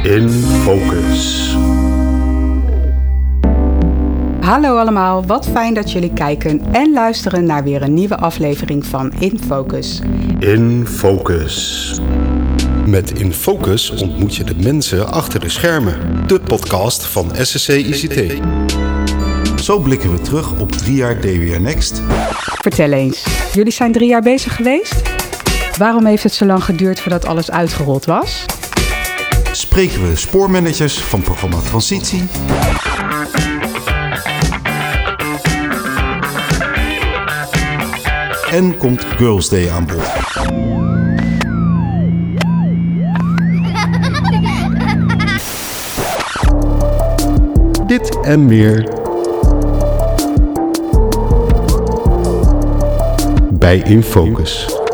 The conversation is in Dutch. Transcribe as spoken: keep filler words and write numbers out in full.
In Focus. Hallo allemaal, wat fijn dat jullie kijken en luisteren naar weer een nieuwe aflevering van In Focus. In Focus. Met In Focus ontmoet je de mensen achter de schermen. De podcast van S C C I C T. Zo blikken we terug op drie jaar D W R Next. Vertel eens, jullie zijn drie jaar bezig geweest? Waarom heeft het zo lang geduurd voordat alles uitgerold was? Spreken we spoormanagers van programma Transitie. En komt Girls Day aan bod. Dit en meer bij In Focus.